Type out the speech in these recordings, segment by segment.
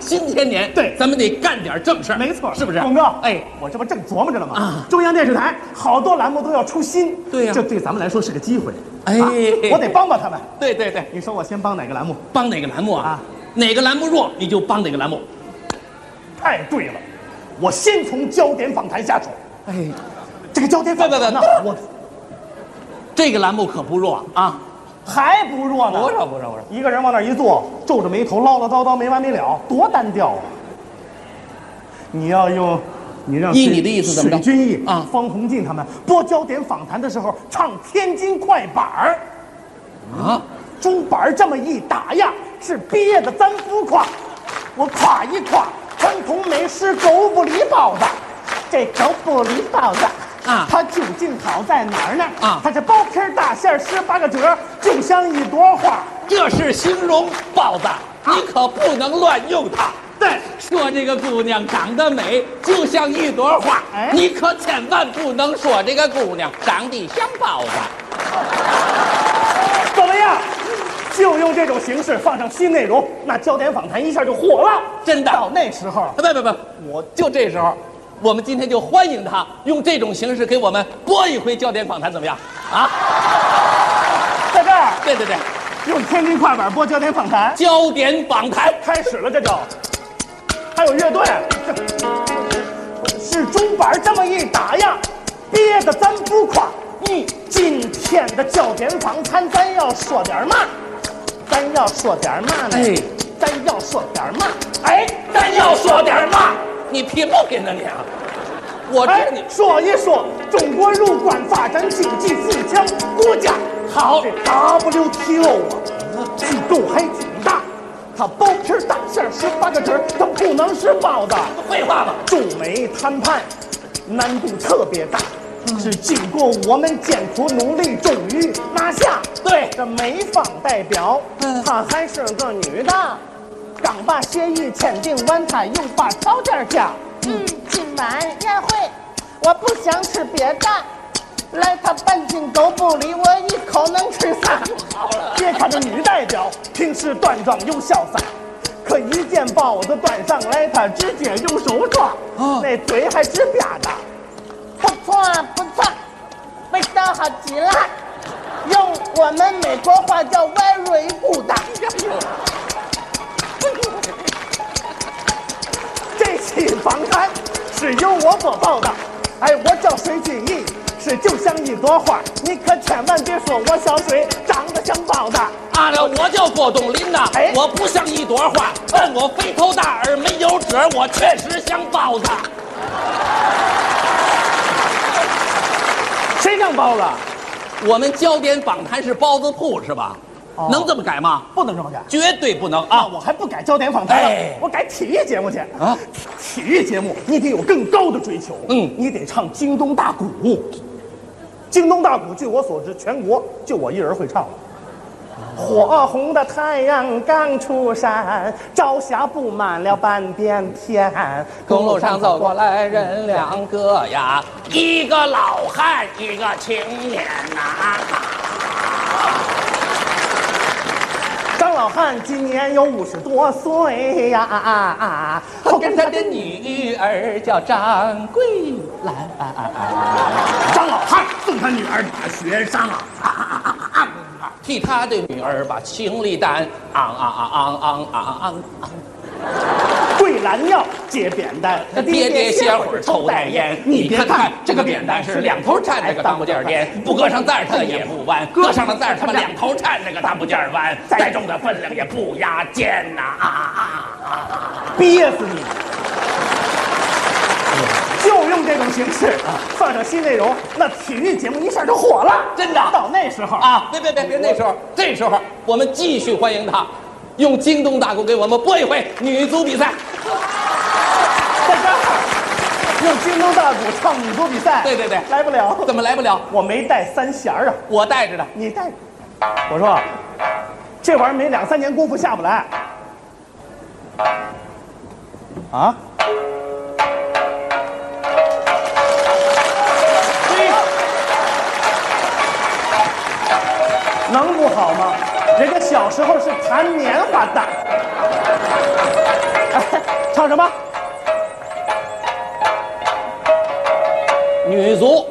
新千年， 对咱们得干点正事儿。 没错， 是不是？ 董哥， 哎， 我这不正琢磨着呢吗？ 啊， 中央电视台好多栏目都要出新， 对呀这对咱们来说是个机会。 哎， 我得帮帮他们。 对对对， 你说我先帮哪个栏目？ 帮哪个栏目啊？ 啊， 哪个栏目弱你就帮哪个栏目。 太对了，我先从焦点访谈下手。 哎， 这个焦点访谈呢，我这个栏目可不弱啊， 还不弱呢。 不弱。 一个人往那儿一坐，皱着眉头唠唠叨叨没完没了，多单调啊！你要用，你让依你的意思怎么着水均益啊方鸿渐他们播焦点访谈的时候唱天津快板儿啊， 竹板儿这么一打呀，是憋得咱浮夸。我夸一夸传统美食狗不理包子，这狗不理包子。 啊它究竟好在哪儿呢？ 啊它是薄皮大馅，18个褶，就像一朵花。 这是形容包子，你可不能乱用它。 对， 说这个姑娘长得美，就像一朵花， 哎你可千万不能说这个姑娘长得像包子。 怎么样？就用这种形式放上新内容，那焦点访谈一下就火了。 真的到那时候， 不，我就这时候，我们今天就欢迎他用这种形式给我们播一回焦点访谈，怎么样？啊， 在这儿对对对， 用天津快板播焦点访谈， 焦点访谈开始了，这就还有乐队，是竹板这么一打呀，憋得咱不夸。今天的焦点访谈，咱要说点嘛？咱要说点嘛呢？ 哎， 咱要说点嘛？哎， 咱要说点嘛？你贫不贫呢你啊？我知道你说一说中国入关发展经济4强国家。 好这 WTO 啊，机构还挺大，它薄皮大馅，18个褶，它不能是包子。 废话吧？ 中美谈判难度特别大，是经过我们艰苦努力，终于拿下。 对， 这美方代表，她还是个女的，刚把协议签订完，她又把条件加。今晚宴会我不想吃别的，来她半斤狗不理，我一口能吃仨。 好了， 别看这女代表平时端庄又潇洒，可一见包子端上来，她直接用手抓，那嘴还直吧嗒。不错不错，味道好极了，用我们美国话叫 very good。这期访谈是由我播报的，哎，我叫水俊义，是就像一朵花，你可千万别说我小水长得像包子。 我叫郭冬临呐， 哎我不像一朵花，但我肥头大耳没有褶，我确实像包子。 谁像包子？ 我们焦点访谈是包子铺是吧？ 哦能这么改吗？ 不能这么改。 绝对不能啊， 啊！ 我还不改焦点访谈了， 哎我改体育节目去啊！ 体育节目你得有更高的追求，你得唱京东大鼓。京东大鼓，据我所知，全国就我一人会唱了。火红的太阳刚出山，朝霞布满了半边天。 公路上走过来人两个呀，一个老汉，一个青年呐。 张老汉今年有50多岁呀， 我跟他的女儿叫张桂兰。 张老汉送他女儿大学上替他的女儿把行李担桂兰尿接扁担， 爹爹歇会儿抽袋烟。你别看这个扁担是两头缠，这个当不尖颠，不搁上带它也不弯，搁上了带它们两头缠，这个当不尖弯，再重的分量也不压肩呐！ 憋死你！就用这种形式放上新内容，那体育节目一下就火了。 真的， 到那时候啊，别，那时候，这时候我们继续欢迎他，用京东大鼓给我们播一回女足比赛。 在这儿用京东大鼓唱女足比赛， 对， 来不了。 怎么来不了？ 我没带3弦啊， 我带着的。 你带着。我说，这玩意儿没2、3年功夫下不来。啊？能不好吗？人家小时候是弹棉花的。 唱什么？ 女足。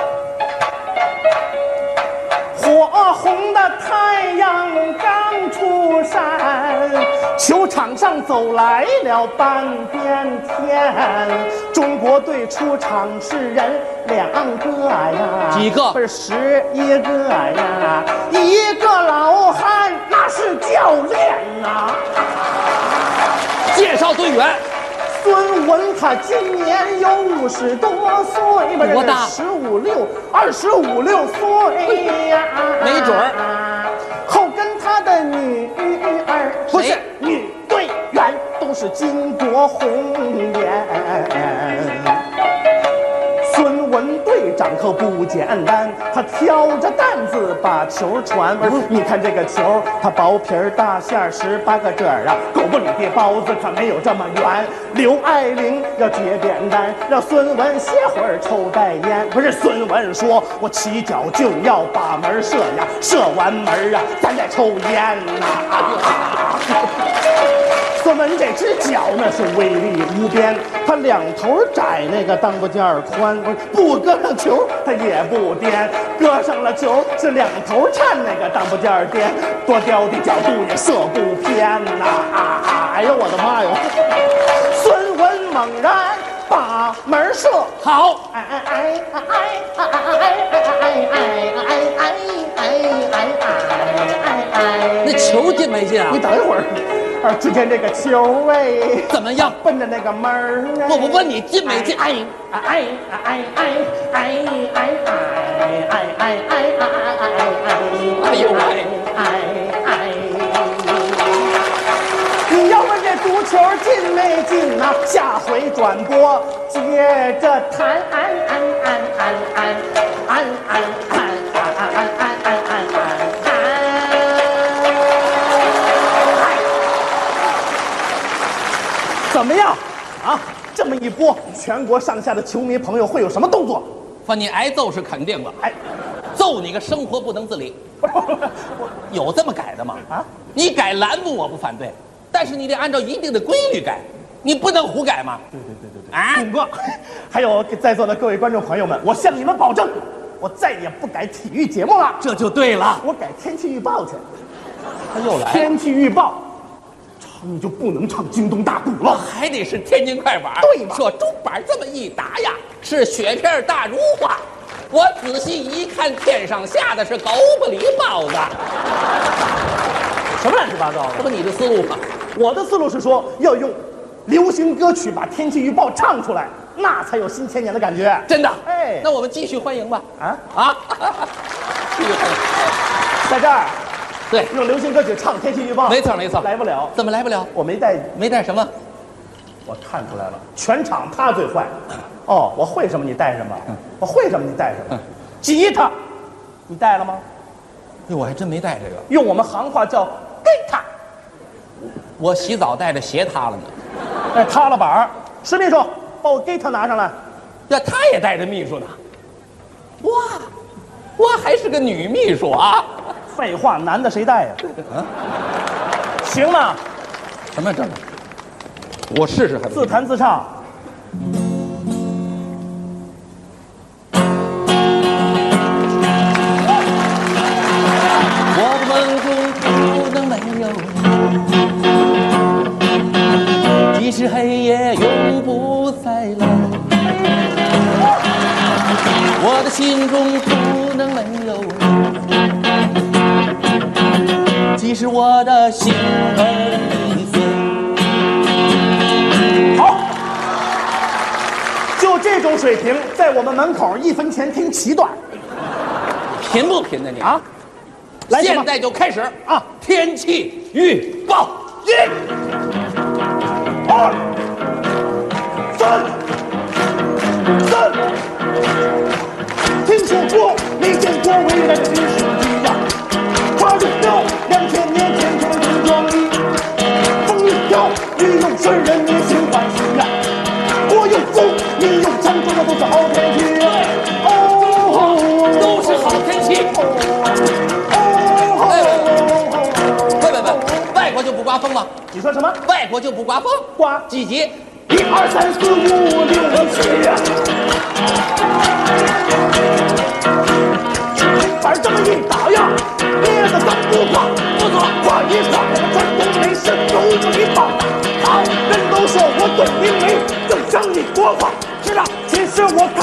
火红的太阳刚出山，球场上走来了半边天。中国队出场是人2个呀， 几个？ 不是11个呀，一个老汉那是教练呐。 介绍队员。 孙文他今年有50多岁，不是多大 25、26岁呀， 没准儿。 后跟他的女儿不是女队员，都是巾帼红颜。孙文队长可不简单，他挑着担子把球传。你看这个球，它薄皮儿大馅儿18个褶儿啊，狗不理的包子可没有这么圆。刘爱玲要接扁担，让孙文歇会儿抽袋烟。不是孙文说，我起脚就要把门射呀，射完门啊，咱再抽烟呐。孙文这只脚那是威力无边，他2头窄，那个当不件儿宽，不搁上球他也不颠，搁上了球是2头颤，那个当不件儿颠，多刁的角度也射不偏呐！哎呦我的妈哟！孙文猛然把门射好，那球进没进啊？ 你等一会儿。只见这个球哎， 怎么样？ 奔着那个门儿。 我问你进没进？ 哎呦喂！ 你要问这足球进没进呐？下回转播接着谈。怎么样啊？这么一播，全国上下的球迷朋友会有什么动作？ 反你挨揍是肯定的， 哎， 揍你个生活不能自理。有这么改的吗？啊，你改栏目我不反对，但是你得按照一定的规律改，你不能胡改嘛。 对啊，董哥，还有在座的各位观众朋友们，我向你们保证，我再也不改体育节目了。 这就对了， 我改天气预报去。 他又来天气预报。你就不能唱京东大鼓了， 还得是天津快板。 对嘛？ 说钟板这么一打呀，是雪片大如花。我仔细一看，天上下的是狗不理包子。 什么乱七八糟的？ 这不你的思路吗？ 我的思路是说，要用流行歌曲把天气预报唱出来，那才有新千年的感觉。 真的？ 哎， 那我们继续欢迎吧。继续欢迎， 在这儿。 对， 用流行歌曲唱天气预报， 没错没错， 来不了。 怎么来不了？ 我没带什么？ 我看出来了，全场他最坏。哦，我会什么你带什么，我会什么你带什么。吉他，你带了吗？ 哟，我还真没带这个。 用我们行话叫吉他。 我洗澡带着鞋塌了呢。 哎，塌了板儿。石秘书，把我吉他拿上来。 呀，他也带着秘书呢。哇，我还是个女秘书啊。 废话，男的谁带呀？行吗？ 什么这？我试试还不自弹自唱。 我的梦中不能没有，即使黑夜永不再来，我的心中不能没有。即使我的心儿已碎。 好，就这种水平，在我们门口1分钱听7段， 贫不贫的你啊？来， 现在就开始啊！ 天气预报 ，1、2、3、听说过，没见过未来的历史一样。跨入了2000年前天空壮丽，风一飘，雨又顺，人民心欢喜呀。国有富，民有强，这都是好天气。 都是好天气。外国就不刮风吗？ 吗？ 你说什么？ 外国就不刮风？ 刮几级 ？1、2、3、4、5、6、7。反正这么一打呀，别的咱不挂，不做挂一挂，我们传统美食有这一套。好，人都说我对你美，就像你国话。是啊，其实我